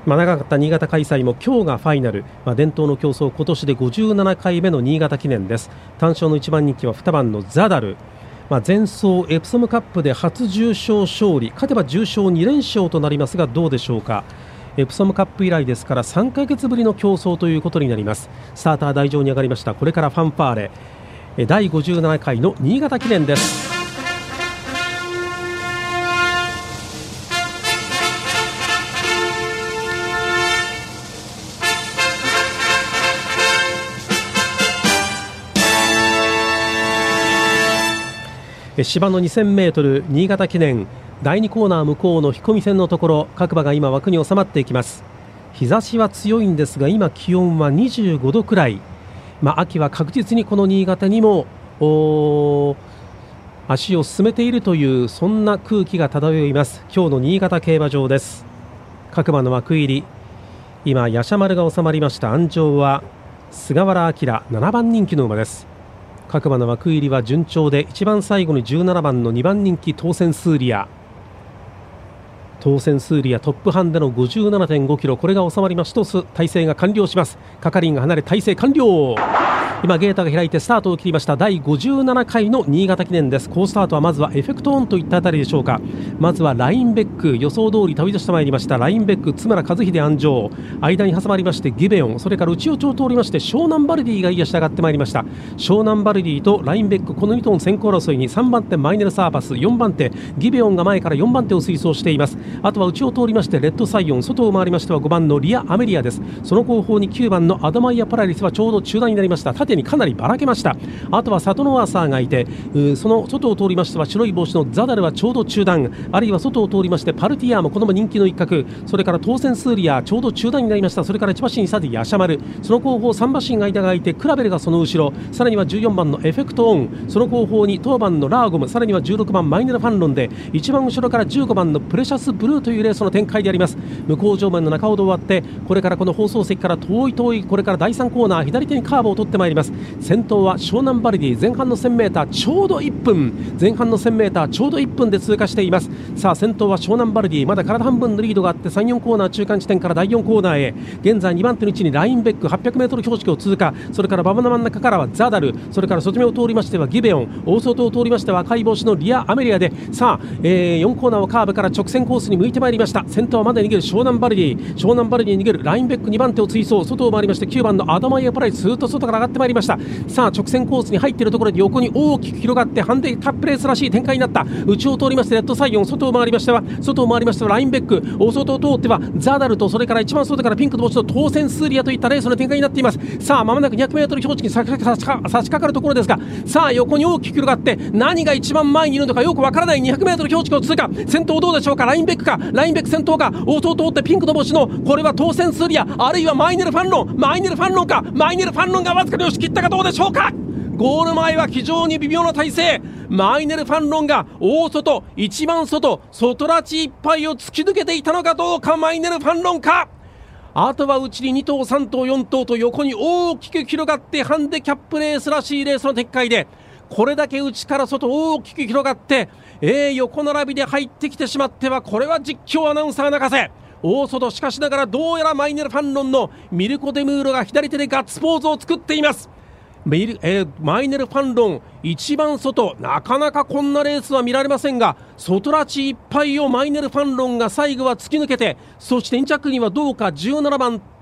長かった新潟開催も今日がファイナル、伝統の競争、今年で57回目の新潟記念です。単勝の1番人気は2番のザダル、前走エプソムカップで初重賞勝利、勝てば重賞2連勝となりますがどうでしょうか。エプソムカップ以来ですから3ヶ月ぶりの競争ということになります。スターター台上に上がりました。これからファンファーレ、第57回の新潟記念です。芝の 2000m 新潟記念第2コーナー向こうの引込線のところ、各馬が今枠に収まっていきます。日差しは強いんですが今気温は25度くらい、秋は確実にこの新潟にも足を進めているというそんな空気が漂います。今日の新潟競馬場です。各馬の枠入り、今ヤシャマルが収まりました。安城は菅原明7番人気の馬です。各馬の枠入りは順調で、一番最後に17番の2番人気当選スーリアトップハンデの 57.5 キロ、これが収まりますと体勢が完了します。係員が離れ体勢完了。今ゲートが開いてスタートを切りました。第57回の新潟記念です。好スタートはまずはエフェクトオンといったあたりでしょうか。まずはラインベック、予想通り飛び出してまいりました。ラインベック、津村和秀安城、間に挟まりましてギベオン、それから内尾町を通りまして湘南バルディがいい足上がってまいりました。湘南バルディとラインベック、この2頭の先行争いに3番手マイネルサーパス、4番手ギベオンが前から4番手を推走しています。あとは内を通りましてレッドサイオン、外を回りましては5番のリアアメリアです。その後方に9番のアドマイヤパラリスはちょうど中段になりました。縦にかなりばらけました。あとはサトノワーサーがいて、その外を通りましては白い帽子のザダルはちょうど中段、あるいは外を通りましてパルティアーもこのも人気の一角、それから当選スーリアちょうど中段になりました。それから1馬身差でヤシャマル、その後方3馬身間が空いてクラベルがその後ろ、さらには14番のエフェクトオン、その後方に当番のラーゴム、さらには16番マイネルファンロンで、一番後ろから15番のプレシャスブルーというレースの展開であります。向こう上面の中ほど終わって、これからこの放送席から遠いこれから第3コーナー左手にカーブを取ってまいります。先頭は湘南バルディ、前半の 1000m ちょうど1分、前半の 1000m ちょうど1分で通過しています。さあ先頭は湘南バルディ、まだ体半分のリードがあって 3,4 コーナー中間地点から第4コーナーへ、現在2番手の位置にラインベック 800m 標識を通過、それから馬場の真ん中からはザダル、それから外目を通りましてはギベオン、大外を通りましては赤い帽子のリアアメリアで、さあ、4コーナーをカーブから直線コースに向いてまいりました。先頭はまだ逃げる湘南バルディに逃げるラインベック2番手を追走、外を回りまして9番のアドマイヤパライス、ずっと外から上がってまいりました。さあ直線コースに入っているところで横に大きく広がってハンデカップレースらしい展開になった。内を通りましてレッドサイオン、外を回りましてはラインベック、大外を通ってはザダルと、それから一番外からピンクの帽子の当選スーリアといったレースの展開になっています。さあ間もなく 200m 標識に差し掛かるところですが、さあ横に大きく広がって何が一番前にいるのかよくわからない 200m 標識を通過、先頭どうでしょうか。ラインベックか、ラインベック先頭か、大外を通ってピンクの帽子のこれは当選スーリア、あるいはマイネルファンロンか、マイネルファンロンがわずかに押し切ったかどうでしょうか。ゴール前は非常に微妙な体勢、マイネルファンロンが大外、一番外ラチいっぱいを突き抜けていたのかどうか、マイネルファンロンか、あとは内に2頭3頭4頭と横に大きく広がってハンデキャップレースらしいレースの展開で、これだけ内から外大きく広がって、横並びで入ってきてしまっては、これは実況アナウンサー泣かせ。大外、しかしながらどうやらマイネルファンロンのミルコ・デムーロが左手でガッツポーズを作っています。マイネルファンロン一番外、なかなかこんなレースは見られませんが、外ラチいっぱいをマイネルファンロンが最後は突き抜けて、そして2着にはどうか13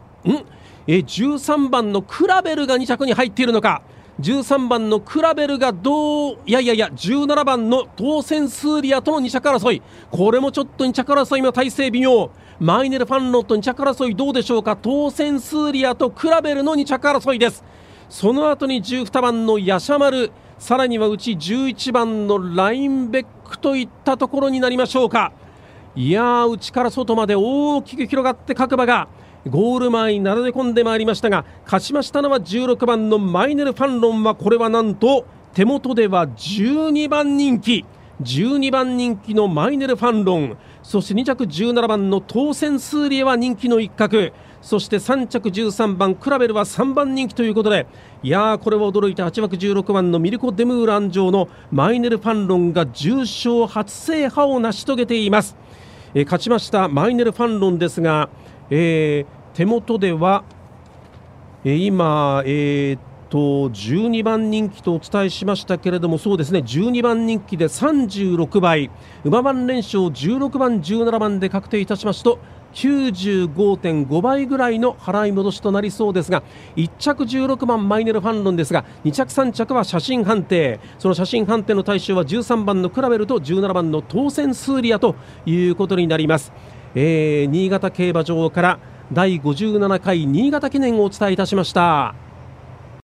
番のクラベルが2着に入っているのか、13番のクラベルが17番の当選スーリアとの2着争い、これもちょっと2着争いの体勢微妙。マイネルファンロンと2着争いどうでしょうか。当選スーリアとクラベルの2着争いです。その後に12番のヤシャマル、さらにはうち11番のラインベックといったところになりましょうか。いやー、内から外まで大きく広がって各馬がゴール前になだれ込んでまいりましたが、勝ちましたのは16番のマイネルファンロンは、これはなんと手元では12番人気のマイネルファンロン、そして2着17番の当選スーリエは人気の一角、そして3着13番クラベルは3番人気ということで、いやー、これは驚いた。8枠16番のミルコ・デムーラン上のマイネルファンロンが重賞初制覇を成し遂げています。勝ちましたマイネルファンロンですが、 手元では、今、12番人気とお伝えしましたけれども、そうですね、12番人気で36倍、馬番連勝16番、17番で確定いたしますと 95.5 倍ぐらいの払い戻しとなりそうですが、1着16番マイネルファンロンですが、2着3着は写真判定、その写真判定の対象は13番のクラベルと17番の当選スーリアということになります。新潟競馬場から第57回新潟記念をお伝えいたしました。